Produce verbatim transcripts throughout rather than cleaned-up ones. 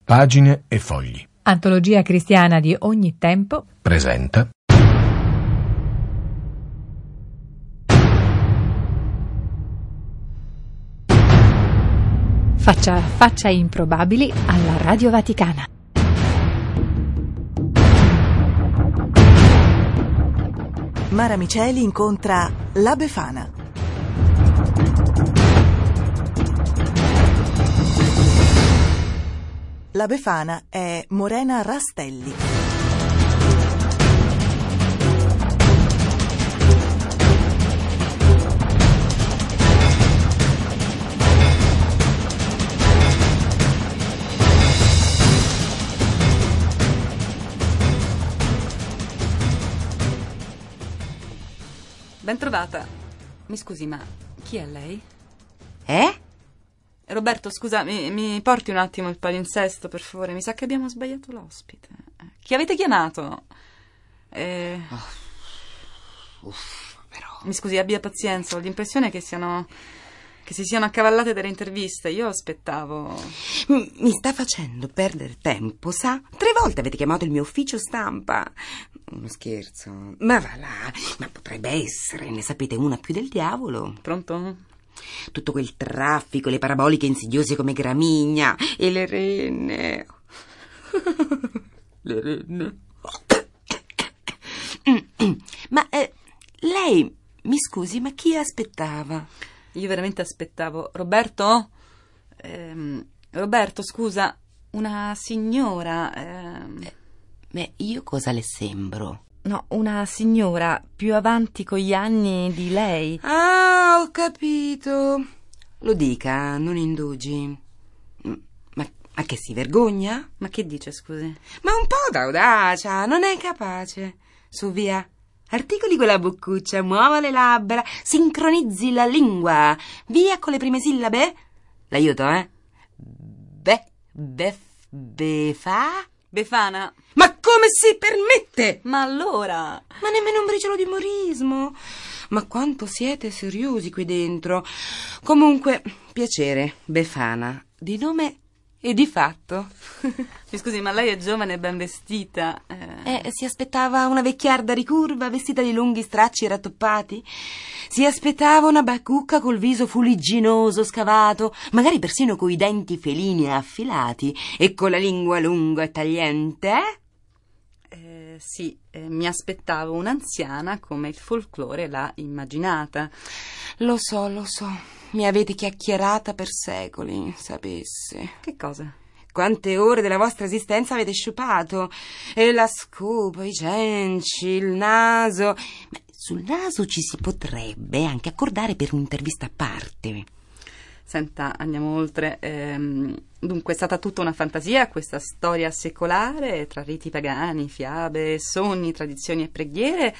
Pagine e fogli. Antologia cristiana di ogni tempo. Presenta Faccia a faccia improbabili alla Radio Vaticana. Mara Miceli incontra la Befana. La Befana è Morena Rastelli. Bentrovata. Mi scusi, ma chi è lei? Eh? Roberto, scusa, mi, mi porti un attimo il palinsesto, per favore? Mi sa che abbiamo sbagliato l'ospite. Chi avete chiamato? Eh... Oh. Uff, però... Mi scusi, abbia pazienza, ho l'impressione che siano... che si siano accavallate delle interviste. Io aspettavo... Mi, mi sta facendo perdere tempo, sa? Tre volte avete chiamato il mio ufficio stampa. Uno scherzo. Ma va là, ma potrebbe essere, ne sapete una più del diavolo. Pronto? Tutto quel traffico, le paraboliche insidiose come Gramigna e le renne. Le renne. Ma eh, lei, mi scusi, ma chi aspettava? Io veramente aspettavo... Roberto? Ehm, Roberto, scusa, una signora... Ehm... Eh, beh, io cosa le sembro? No, una signora più avanti con gli anni di lei. Ah, ho capito. Lo dica, non indugi. Ma, ma che si vergogna? Ma che dice, scusi? Ma un po' d'audacia, non è capace. Su, via. Articoli quella boccuccia, muova le labbra, sincronizzi la lingua. Via con le prime sillabe. L'aiuto, eh? Be, bef, befa... Befana. Ma come si permette? Ma allora? Ma nemmeno un briciolo di umorismo. Ma quanto siete seriosi qui dentro. Comunque, piacere, Befana, di nome e di fatto. Mi scusi, ma lei è giovane e ben vestita. Eh... eh, si aspettava una vecchiarda ricurva, vestita di lunghi stracci rattoppati? Si aspettava una bacucca col viso fuligginoso, scavato, magari persino coi denti felini e affilati, e con la lingua lunga e tagliente? Eh, sì, eh, mi aspettavo un'anziana come il folklore l'ha immaginata. Lo so, lo so, mi avete chiacchierata per secoli, sapesse. Che cosa? Quante ore della vostra esistenza avete sciupato, e la scopa, i cenci, il naso... Ma sul naso ci si potrebbe anche accordare per un'intervista a parte. Senta, andiamo oltre. Ehm, dunque, è stata tutta una fantasia questa storia secolare tra riti pagani, fiabe, sogni, tradizioni e preghiere?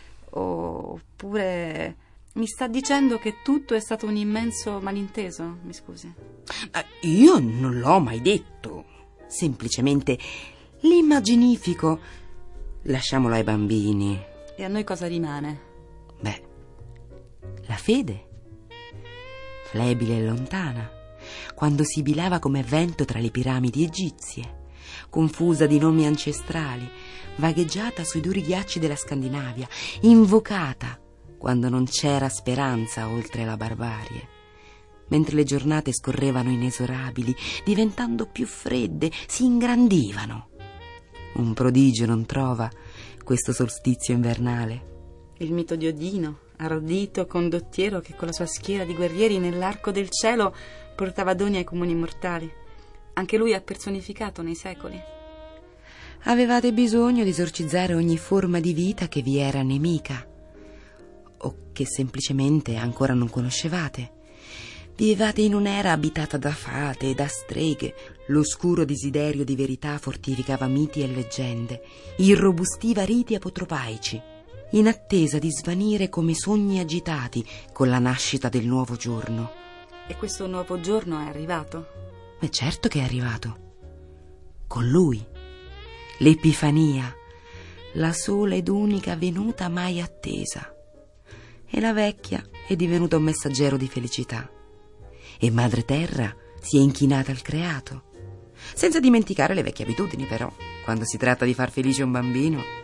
Oppure mi sta dicendo che tutto è stato un immenso malinteso? Mi scusi. Eh, io non l'ho mai detto. Semplicemente l'immaginifico. Lasciamolo ai bambini. E a noi cosa rimane? Beh, la fede. Flebile e lontana, quando sibilava come vento tra le piramidi egizie, confusa di nomi ancestrali, vagheggiata sui duri ghiacci della Scandinavia, invocata quando non c'era speranza oltre la barbarie, mentre le giornate scorrevano inesorabili, diventando più fredde, si ingrandivano. Un prodigio, non trova, questo solstizio invernale? Il mito di Odino, ardito condottiero che con la sua schiera di guerrieri nell'arco del cielo portava doni ai comuni mortali. Anche lui ha personificato nei secoli. Avevate bisogno di esorcizzare ogni forma di vita che vi era nemica, o che semplicemente ancora non conoscevate. Vivevate in un'era abitata da fate e da streghe. L'oscuro desiderio di verità fortificava miti e leggende, irrobustiva riti apotropaici, in attesa di svanire come sogni agitati con la nascita del nuovo giorno. E questo nuovo giorno è arrivato? E certo che è arrivato. Con lui. L'Epifania, la sola ed unica venuta mai attesa. E la vecchia è divenuta un messaggero di felicità. E Madre Terra si è inchinata al creato. senza dimenticare le vecchie abitudini, però, quando si tratta di far felice un bambino.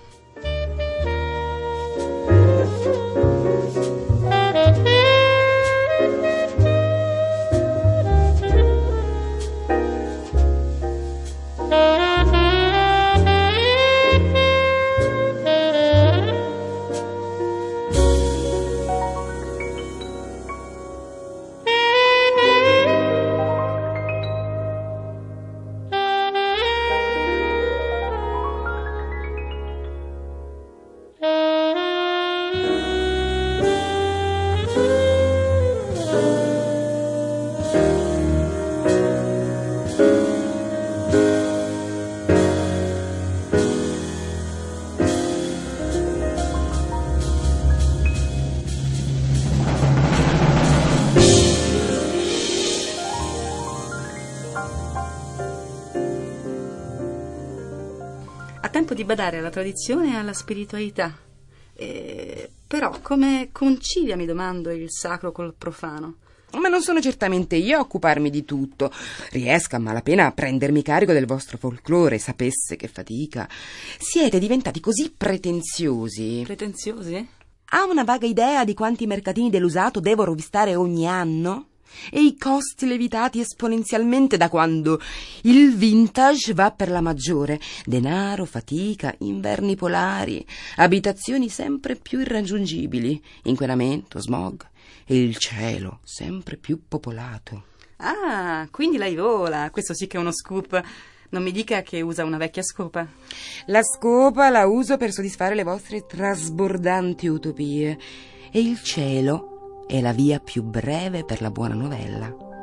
Ha tempo di badare alla tradizione e alla spiritualità. E, però come concilia, mi domando, il sacro col profano? Ma non sono certamente io a occuparmi di tutto. Riesco a malapena a prendermi carico del vostro folklore, sapesse che fatica. Siete diventati così pretenziosi. Pretenziosi? Ha una vaga idea di quanti mercatini dell'usato devo rovistare ogni anno? E i costi lievitati esponenzialmente da quando il vintage va per la maggiore. Denaro, fatica, inverni polari, abitazioni sempre più irraggiungibili, inquinamento, smog e il cielo sempre più popolato. Ah, quindi lei vola. Questo sì che è uno scoop. Non mi dica che usa una vecchia scopa. La scopa la uso per soddisfare le vostre trasbordanti utopie. E il cielo è la via più breve per la buona novella.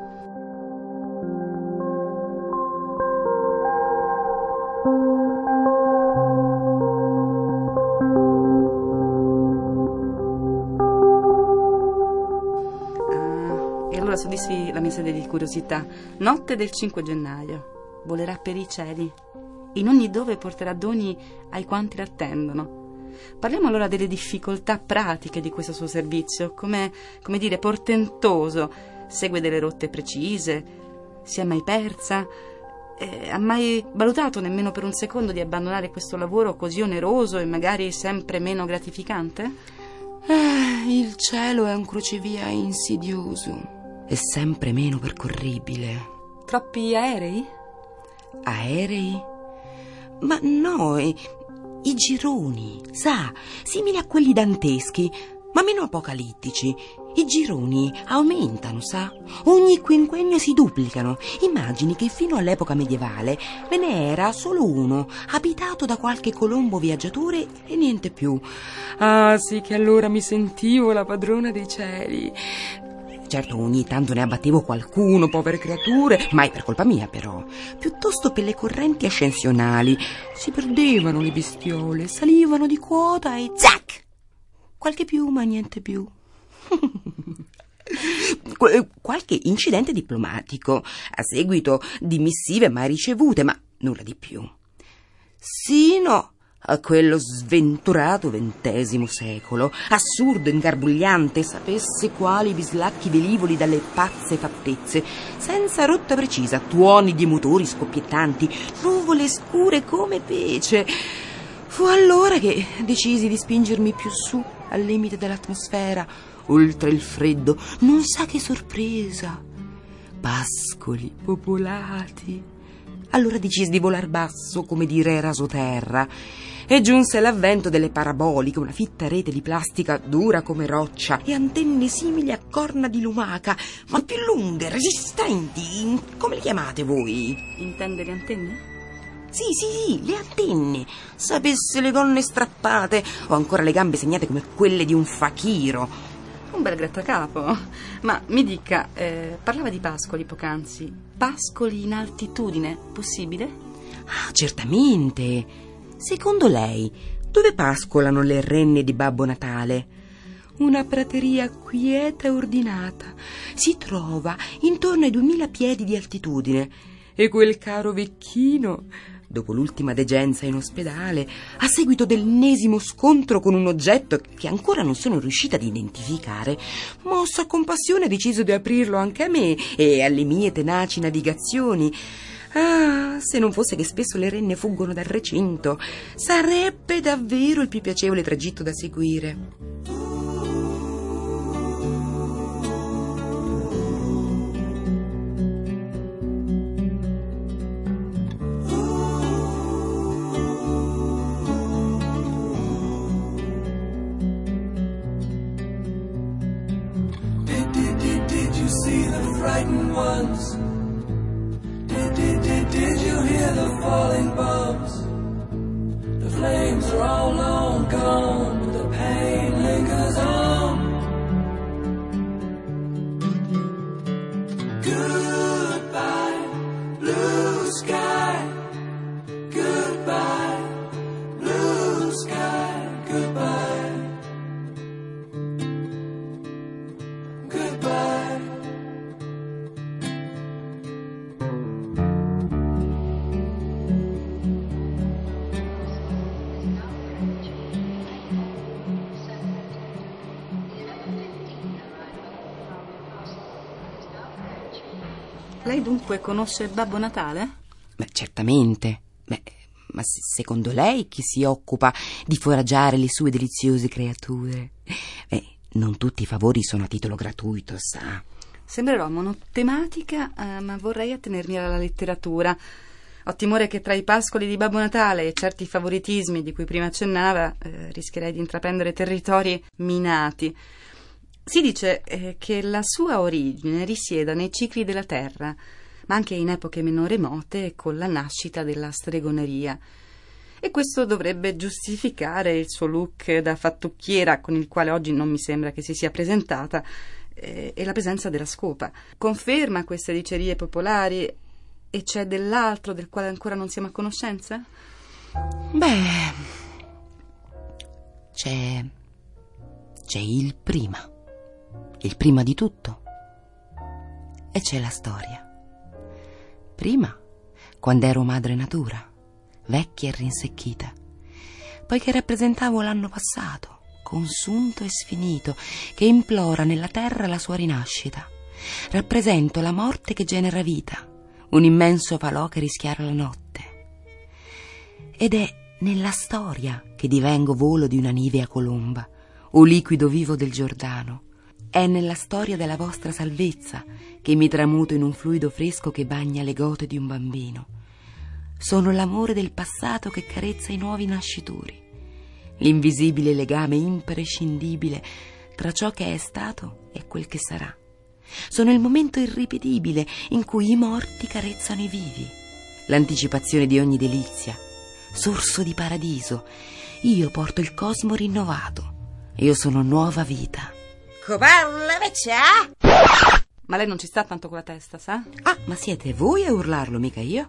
Ah, e allora soddisfi la mia sede di curiosità. Notte del cinque gennaio. Volerà per i cieli. In ogni dove porterà doni ai quanti l'attendono. Parliamo allora delle difficoltà pratiche di questo suo servizio. Come, come dire, portentoso. Segue delle rotte precise. Si è mai persa? Eh, ha mai valutato nemmeno per un secondo di abbandonare questo lavoro così oneroso e magari sempre meno gratificante? Eh, il cielo è un crocevia insidioso e sempre meno percorribile. Troppi aerei? Aerei? Ma no, i, i gironi, sa, simili a quelli danteschi, ma meno apocalittici. I gironi aumentano, sa, ogni quinquennio si duplicano. Immagini che fino all'epoca medievale ve ne era solo uno, abitato da qualche colombo viaggiatore e niente più. Ah, sì che allora mi sentivo la padrona dei cieli. Certo, ogni tanto ne abbattevo qualcuno, povere creature, mai per colpa mia però, piuttosto per le correnti ascensionali. Si perdevano le bestiole, salivano di quota e zac! Qualche più, ma niente più. Qualche incidente diplomatico, a seguito di missive mai ricevute, ma nulla di più. Sino a quello sventurato ventesimo secolo, assurdo, ingarbugliante, sapesse quali bislacchi velivoli dalle pazze fattezze, senza rotta precisa, tuoni di motori scoppiettanti, nuvole scure come pece. Fu allora che decisi di spingermi più su, al limite dell'atmosfera, oltre il freddo. Non sa che sorpresa! Pascoli popolati. Allora decisi di volar basso, come dire rasoterra, e giunse l'avvento delle paraboliche, una fitta rete di plastica dura come roccia e antenne simili a corna di lumaca, ma più lunghe, resistenti. Come le chiamate voi? Intende le antenne? Sì, sì, sì, le antenne. Sapesse le gonne strappate o ancora le gambe segnate come quelle di un fakiro. Un bel grattacapo. Ma mi dica, eh, parlava di pascoli poc'anzi. Pascoli in altitudine, possibile? Ah, certamente. Secondo lei, dove pascolano le renne di Babbo Natale? Una prateria quieta e ordinata. Si trova intorno ai duemila piedi di altitudine. E quel caro vecchino, dopo l'ultima degenza in ospedale, a seguito dell'ennesimo scontro con un oggetto che ancora non sono riuscita ad identificare, mosso a compassione ha deciso di aprirlo anche a me e alle mie tenaci navigazioni. Ah, se non fosse che spesso le renne fuggono dal recinto, sarebbe davvero il più piacevole tragitto da seguire. Frightened ones. Did, did, did, did you hear the falling bombs? The flames are all long gone, but the pain lingers on. Goodbye, blue sky. Goodbye, blue sky. Goodbye. Goodbye. Lei dunque conosce Babbo Natale? Beh, certamente. Beh, ma se- secondo lei chi si occupa di foraggiare le sue deliziose creature? Beh, non tutti i favori sono a titolo gratuito, sa. Sembrerò monotematica, eh, ma vorrei attenermi alla letteratura. Ho timore che tra i pascoli di Babbo Natale e certi favoritismi di cui prima accennava eh, rischierei di intraprendere territori minati. Si dice eh, che la sua origine risieda nei cicli della terra, ma anche in epoche meno remote con la nascita della stregoneria. E questo dovrebbe giustificare il suo look da fattucchiera, con il quale oggi non mi sembra che si sia presentata, eh, e la presenza della scopa. Conferma queste dicerie popolari e c'è dell'altro del quale ancora non siamo a conoscenza? Beh, c'è... c'è il prima. Il prima di tutto. E c'è la storia. Prima, quando ero madre natura, vecchia e rinsecchita, poiché rappresentavo l'anno passato, consunto e sfinito, che implora nella terra la sua rinascita. Rappresento la morte che genera vita, un immenso falò che rischiara la notte. Ed è nella storia che divengo volo di una nivea colomba, o liquido vivo del Giordano. È nella storia della vostra salvezza che mi tramuto in un fluido fresco che bagna le gote di un bambino. Sono l'amore del passato che carezza i nuovi nascituri, l'invisibile legame imprescindibile tra ciò che è stato e quel che sarà. Sono il momento irripetibile in cui i morti carezzano i vivi, l'anticipazione di ogni delizia, sorso di paradiso. Io porto il cosmo rinnovato. Io sono nuova vita. Coparla vecchia! Ma lei non ci sta tanto con la testa, sa? Ah, ma siete voi a urlarlo, mica io?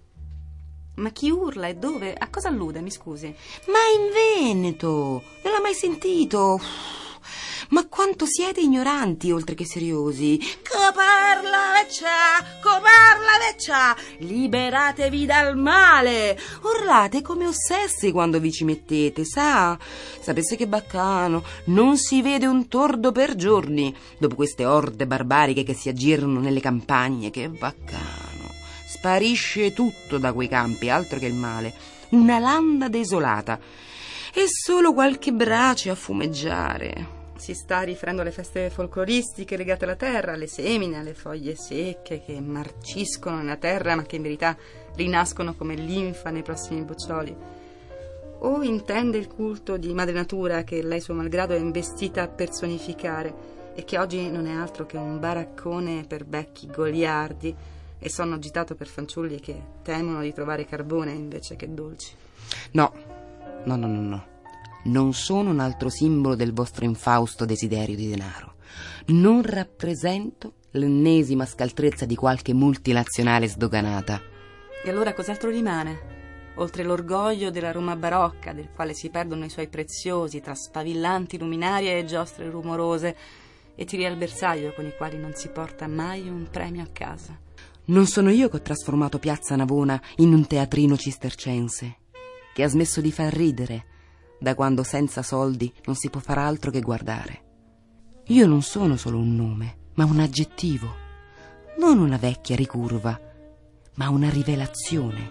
Ma chi urla e dove? A cosa allude, mi scusi? Ma in Veneto! Non l'ho mai sentito! Ma quanto siete ignoranti, oltre che seriosi! Coparla vecchia! Coparla vecchia! Liberatevi dal male! Urlate come ossessi quando vi ci mettete, sa? Sapesse che baccano, non si vede un tordo per giorni, dopo queste orde barbariche che si aggirano nelle campagne, che baccano! Sparisce tutto da quei campi, altro che il male. Una landa desolata e solo qualche brace a fumeggiare. Si sta riferendo alle feste folcloristiche legate alla terra, alle semine, alle foglie secche che marciscono nella terra ma che in verità rinascono come linfa nei prossimi boccioli. O intende il culto di Madre Natura che lei suo malgrado è investita a personificare e che oggi non è altro che un baraccone per vecchi goliardi e sonno agitato per fanciulli che temono di trovare carbone invece che dolci? No, no, no, no, no. Non sono un altro simbolo del vostro infausto desiderio di denaro. Non rappresento l'ennesima scaltrezza di qualche multinazionale sdoganata. E allora cos'altro rimane? Oltre l'orgoglio della Roma barocca, del quale si perdono i suoi preziosi tra sfavillanti luminarie e giostre rumorose e tiri al bersaglio con i quali non si porta mai un premio a casa. Non sono io che ho trasformato Piazza Navona in un teatrino cistercense, che ha smesso di far ridere da quando senza soldi non si può far altro che guardare. Io non sono solo un nome, ma un aggettivo, non una vecchia ricurva, ma una rivelazione.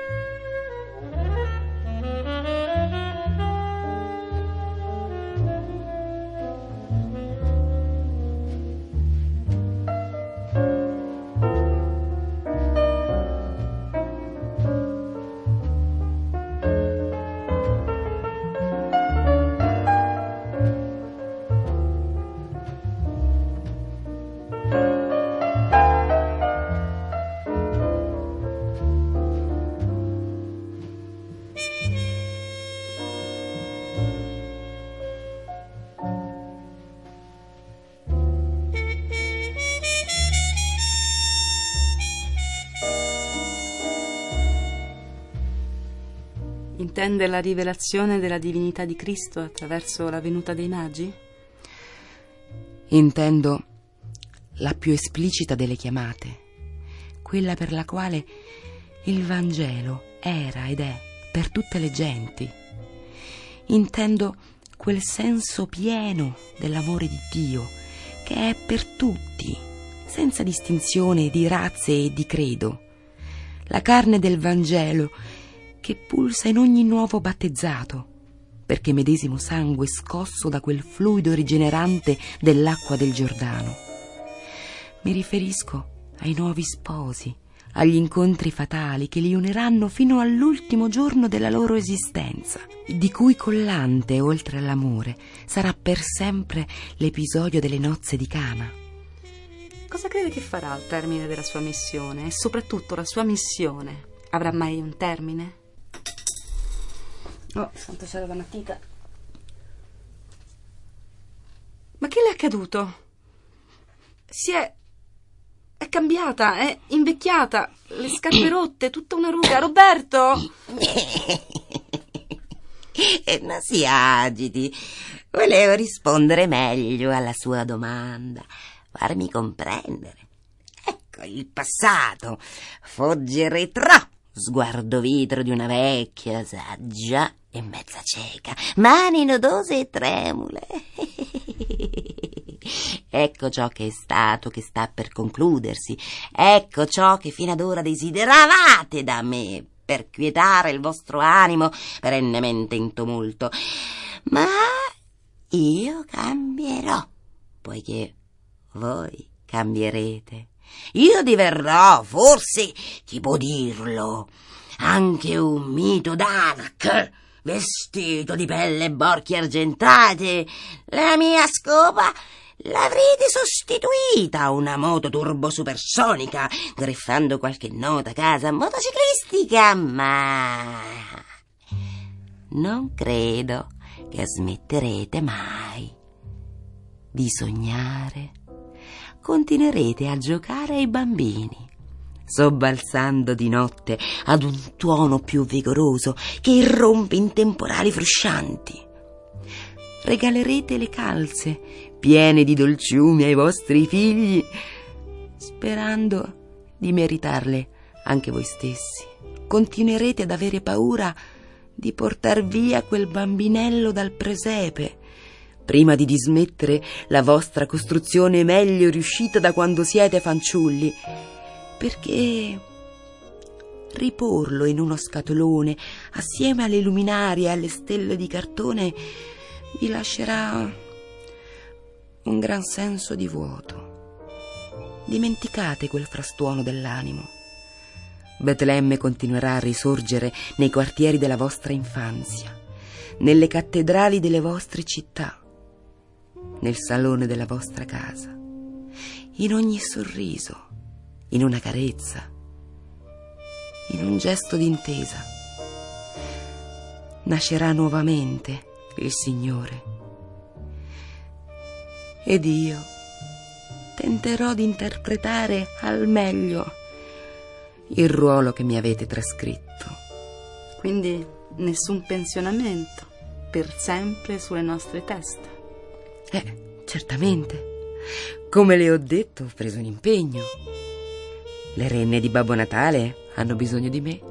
Intende la rivelazione della divinità di Cristo attraverso la venuta dei magi? Intendo la più esplicita delle chiamate, quella per la quale il Vangelo era ed è per tutte le genti. Intendo quel senso pieno dell'amore di Dio che è per tutti, senza distinzione di razze e di credo. La carne del Vangelo che pulsa in ogni nuovo battezzato, perché medesimo sangue scosso da quel fluido rigenerante dell'acqua del Giordano. Mi riferisco ai nuovi sposi, agli incontri fatali che li uniranno fino all'ultimo giorno della loro esistenza, di cui collante, oltre all'amore, sarà per sempre l'episodio delle nozze di Cana. Cosa crede che farà al termine della sua missione? E soprattutto la sua missione avrà mai un termine? Oh, santo cielo, la matita. Ma che le è accaduto? Si è... è cambiata, è invecchiata, le scarpe rotte, tutta una ruga. Roberto! E non si agiti. Volevo rispondere meglio alla sua domanda, farmi comprendere. Ecco il passato, fogge il ritrò, sguardo vitro di una vecchia saggia e mezza cieca, mani nodose e tremule. Ecco ciò che è stato, che sta per concludersi. Ecco ciò che fino ad ora desideravate da me, per quietare il vostro animo perennemente in tumulto. Ma io cambierò, poiché voi cambierete. Io diverrò, forse chi può dirlo, anche un mito d'Anak, vestito di pelle e borchie argentate. La mia scopa l'avrete sostituita a una moto turbo supersonica, griffando qualche nota casa motociclistica, ma non credo che smetterete mai di sognare. Continuerete a giocare ai bambini, sobbalzando di notte ad un tuono più vigoroso che irrompe in temporali fruscianti. Regalerete le calze piene di dolciumi ai vostri figli, sperando di meritarle anche voi stessi. Continuerete ad avere paura di portar via quel bambinello dal presepe, prima di dismettere la vostra costruzione meglio riuscita da quando siete fanciulli, perché riporlo in uno scatolone assieme alle luminarie e alle stelle di cartone vi lascerà un gran senso di vuoto. Dimenticate quel frastuono dell'animo. Betlemme continuerà a risorgere nei quartieri della vostra infanzia, nelle cattedrali delle vostre città, nel salone della vostra casa, in ogni sorriso, in una carezza, in un gesto d'intesa. Nascerà nuovamente il Signore ed io tenterò di interpretare al meglio il ruolo che mi avete trascritto. Quindi nessun pensionamento, per sempre sulle nostre teste. Eh, certamente. Come le ho detto, ho preso un impegno. Le renne di Babbo Natale hanno bisogno di me.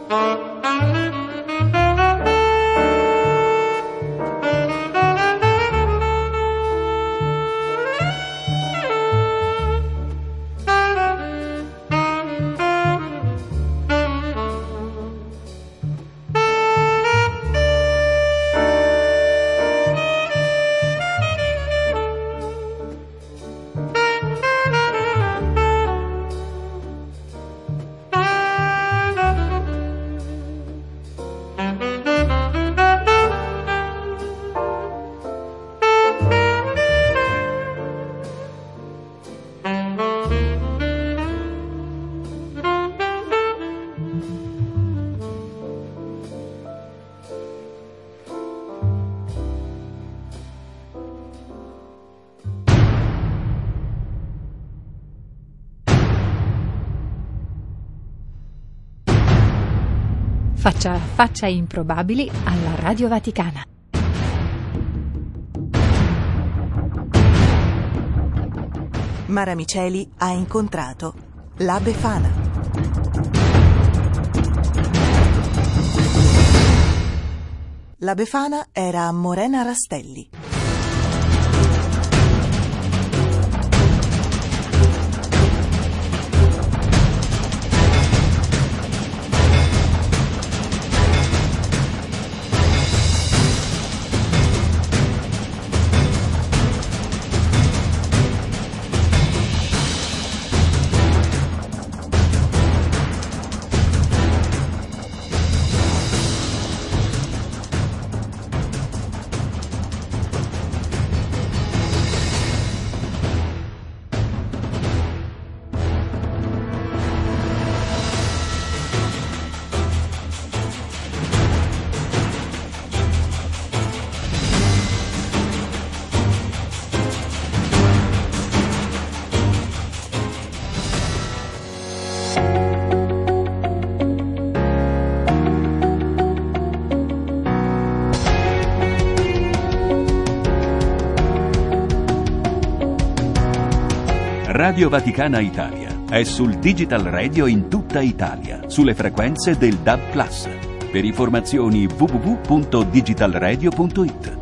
Faccia faccia improbabili alla Radio Vaticana. Mara Miceli ha incontrato la Befana. La Befana era Morena Rastelli. Radio Vaticana Italia è sul Digital Radio in tutta Italia, sulle frequenze del D A B plus. Per informazioni w w w punto digital radio punto i t.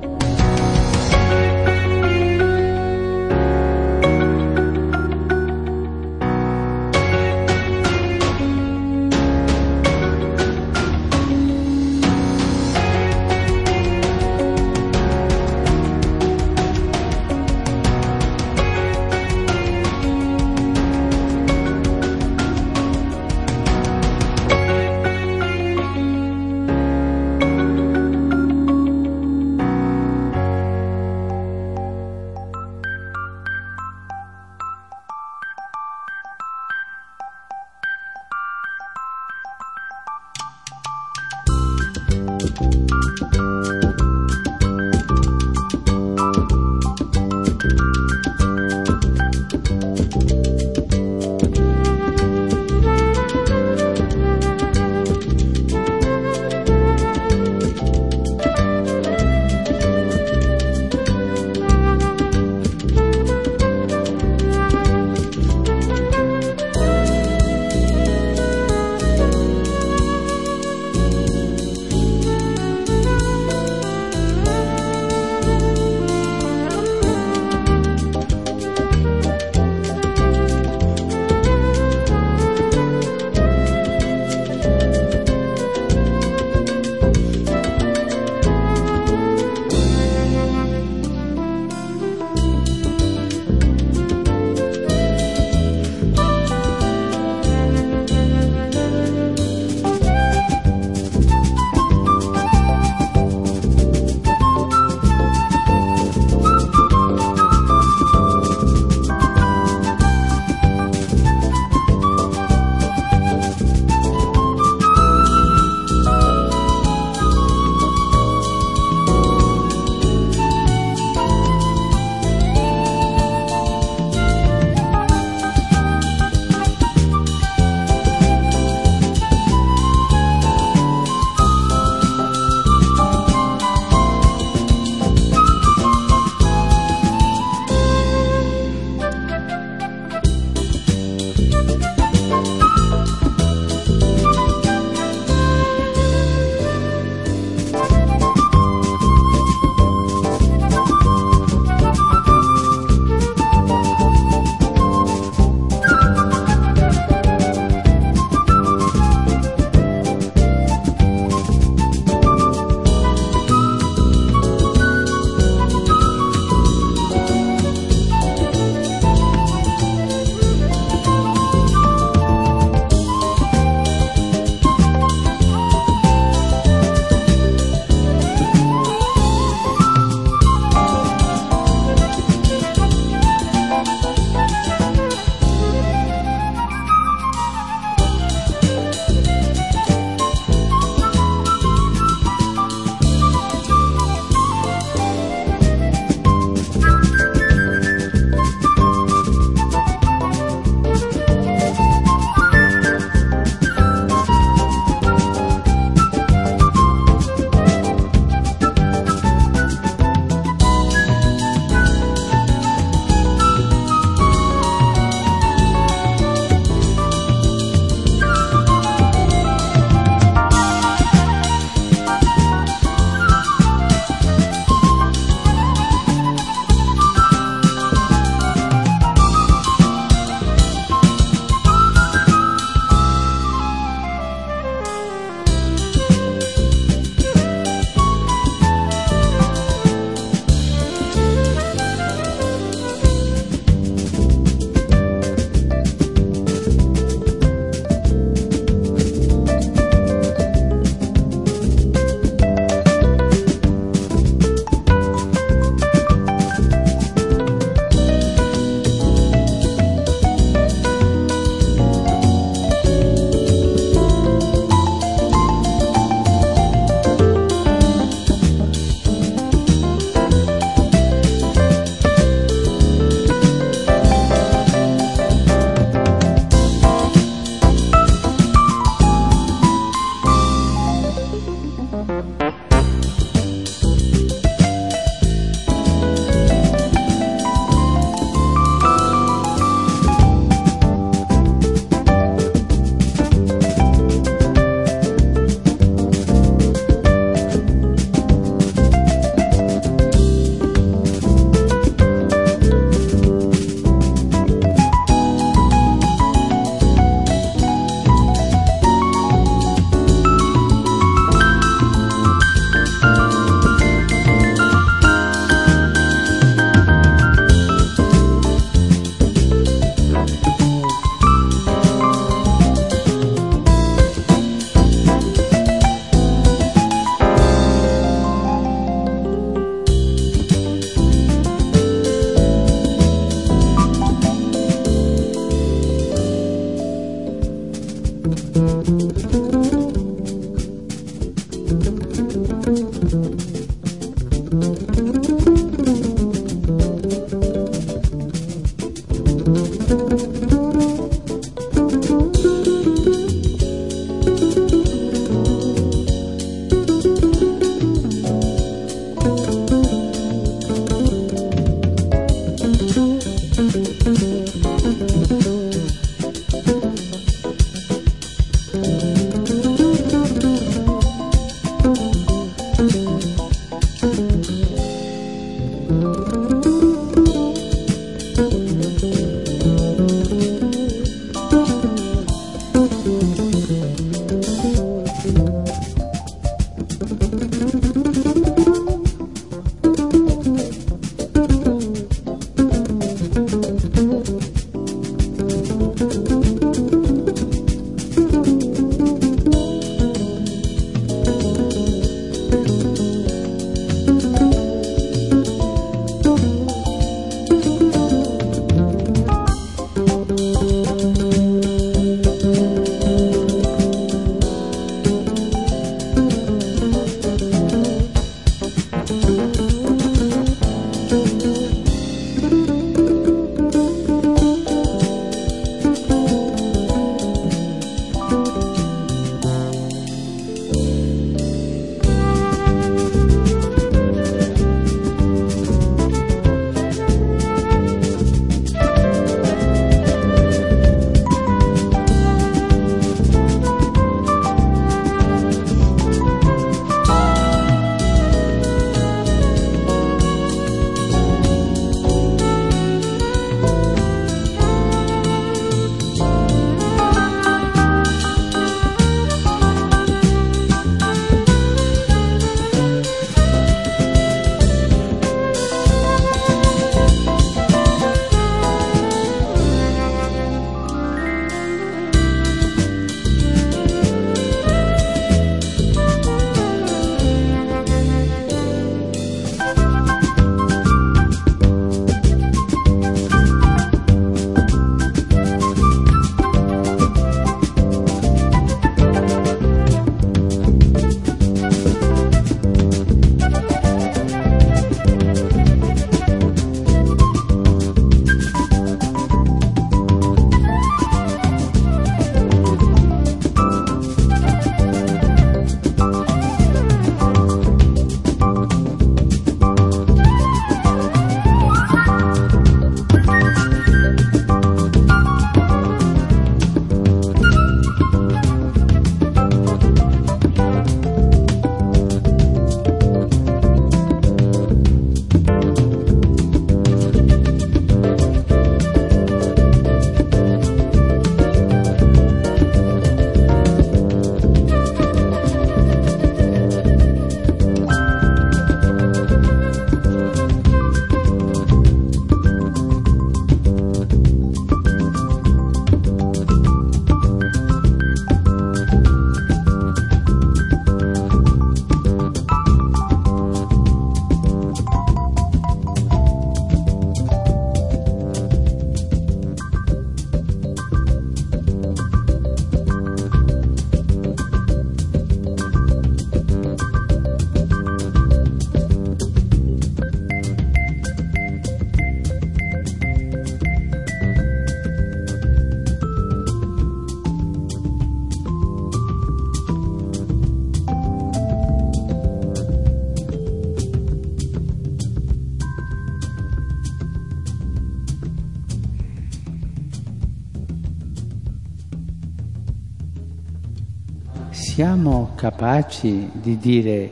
siamo capaci di dire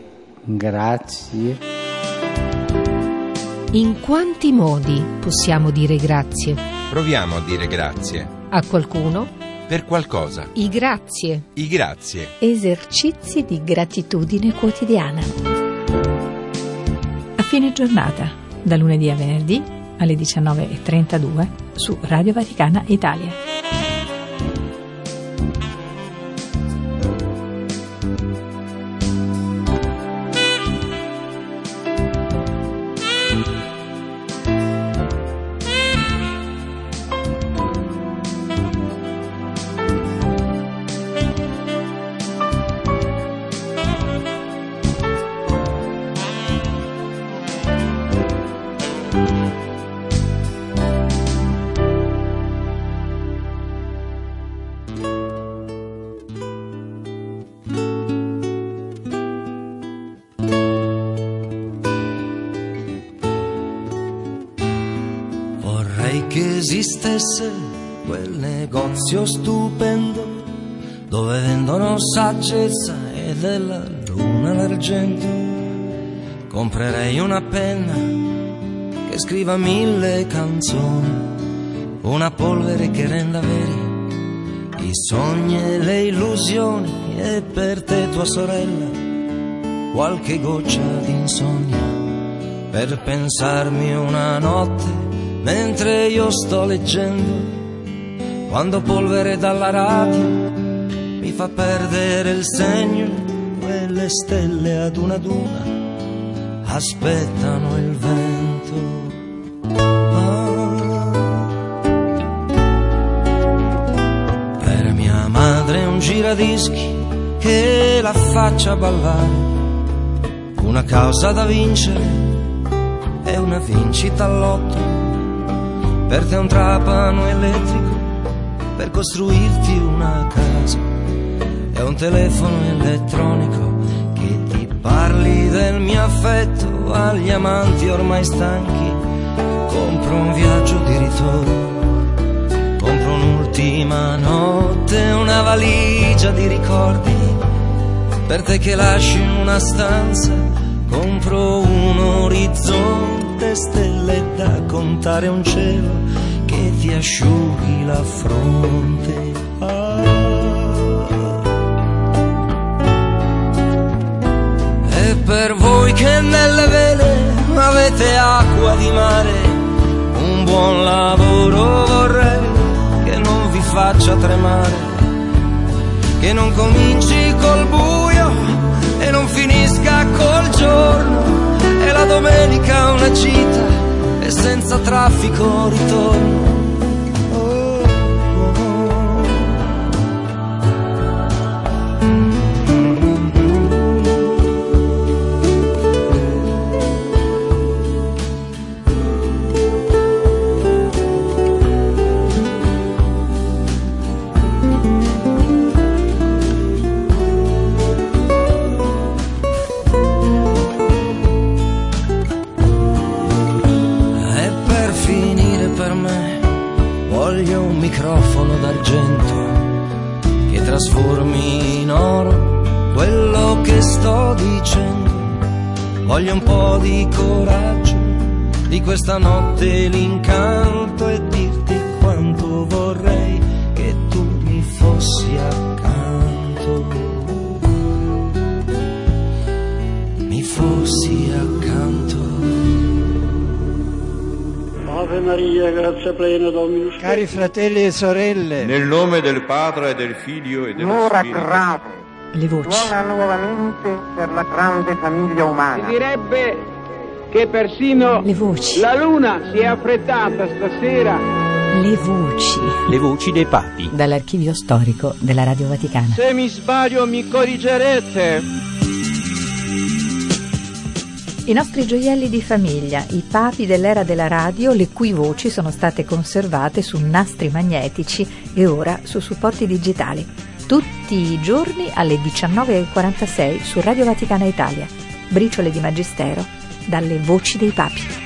grazie? In quanti modi possiamo dire grazie? Proviamo a dire grazie. A qualcuno? Per qualcosa. I grazie. I grazie. Esercizi di gratitudine quotidiana. A fine giornata, da lunedì a venerdì alle diciannove e trentadue su Radio Vaticana Italia. che esistesse quel negozio stupendo dove vendono saggezza e della luna l'argento. Comprerei una penna che scriva mille canzoni, una polvere che renda veri i sogni e le illusioni, e per te, tua sorella, qualche goccia d'insonnia, per pensarmi una notte mentre io sto leggendo, quando polvere dalla radio mi fa perdere il segno e le stelle ad una ad una aspettano il vento. Un giradischi che la faccia ballare, una causa da vincere e una vincita all'otto. Per te un trapano elettrico per costruirti una casa, e un telefono elettronico che ti parli del mio affetto. Agli amanti ormai stanchi compro un viaggio di ritorno, compro un'ultima notte, una valigia di ricordi per te che lasci in una stanza. Compro un orizzonte, stelle da contare, un cielo che ti asciughi la fronte. Ah. E per voi che nelle vele avete acqua di mare, un buon lavoro vorrei che non vi faccia tremare, che non cominci col buio e non finisca col giorno, e la domenica una gita e senza traffico ritorno. Microfono d'argento che trasformi in oro quello che sto dicendo. Voglio un po' di coraggio di questa notte, l'incanto, e dirti quanto vorrei che tu mi fossi accanto, mi fossi accanto. Ave Maria, grazia plena, Dominus. Cari fratelli e sorelle, nel nome del Padre e del Figlio e dello L'ora Spirito. grave Le voci. suona nuovamente per la grande famiglia umana. Si direbbe che persino Le voci. la luna si è affrettata stasera. Le voci. Le voci dei papi. Dall'archivio storico della Radio Vaticana. Se mi sbaglio mi corrigerete. I nostri gioielli di famiglia, i papi dell'era della radio, le cui voci sono state conservate su nastri magnetici e ora su supporti digitali. Tutti i giorni alle diciannove e quarantasei su Radio Vaticana Italia. Briciole di Magistero dalle voci dei papi.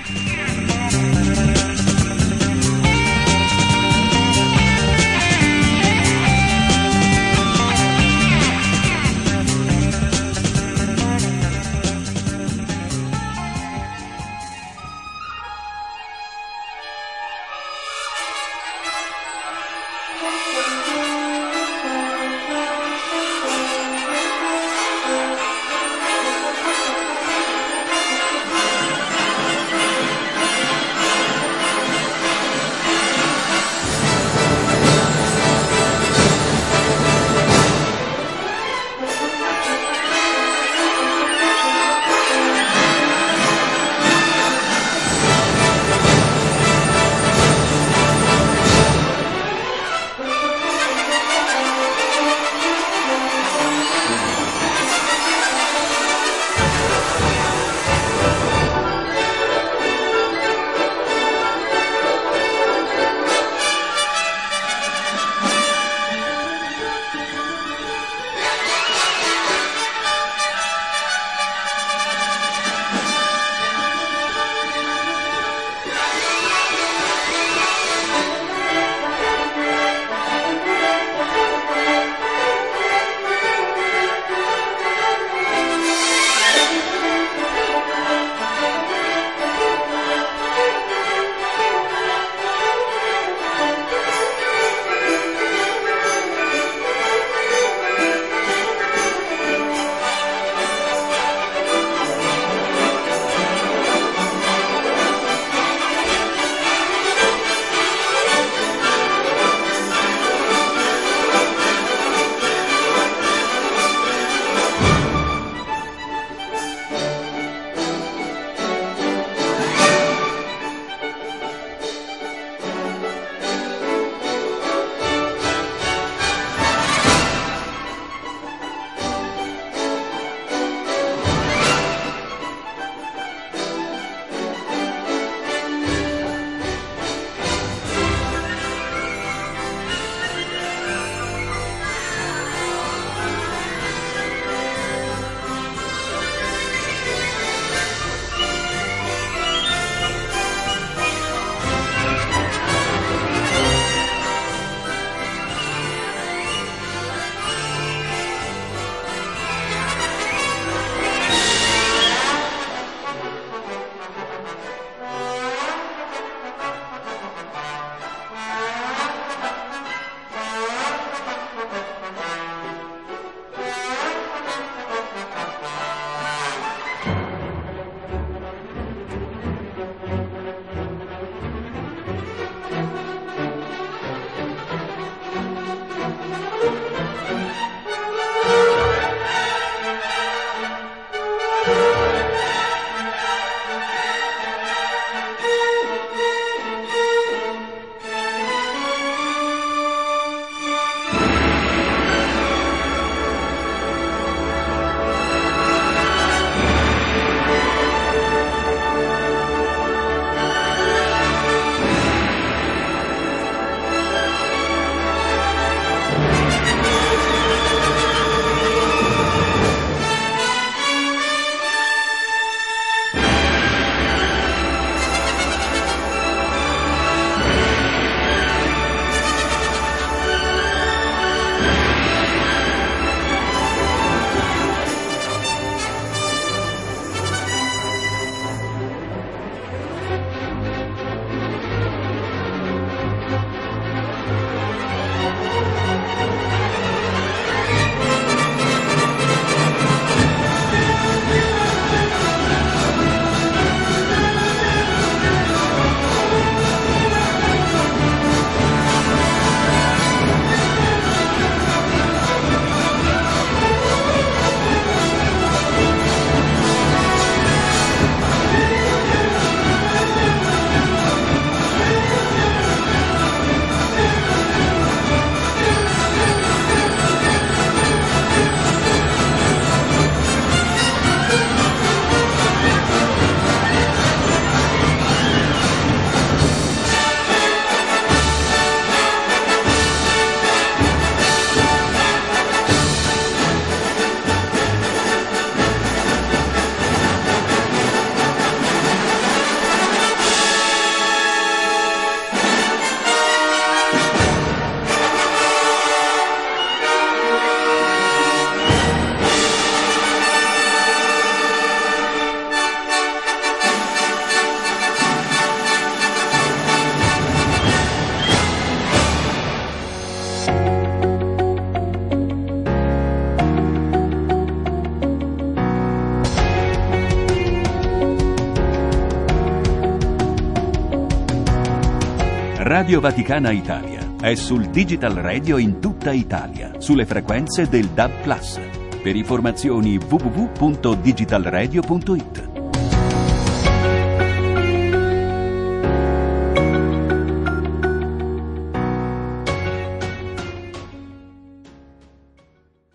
Radio Vaticana Italia è sul Digital Radio in tutta Italia, sulle frequenze del D A B Plus. Per informazioni w w w punto digital radio punto it.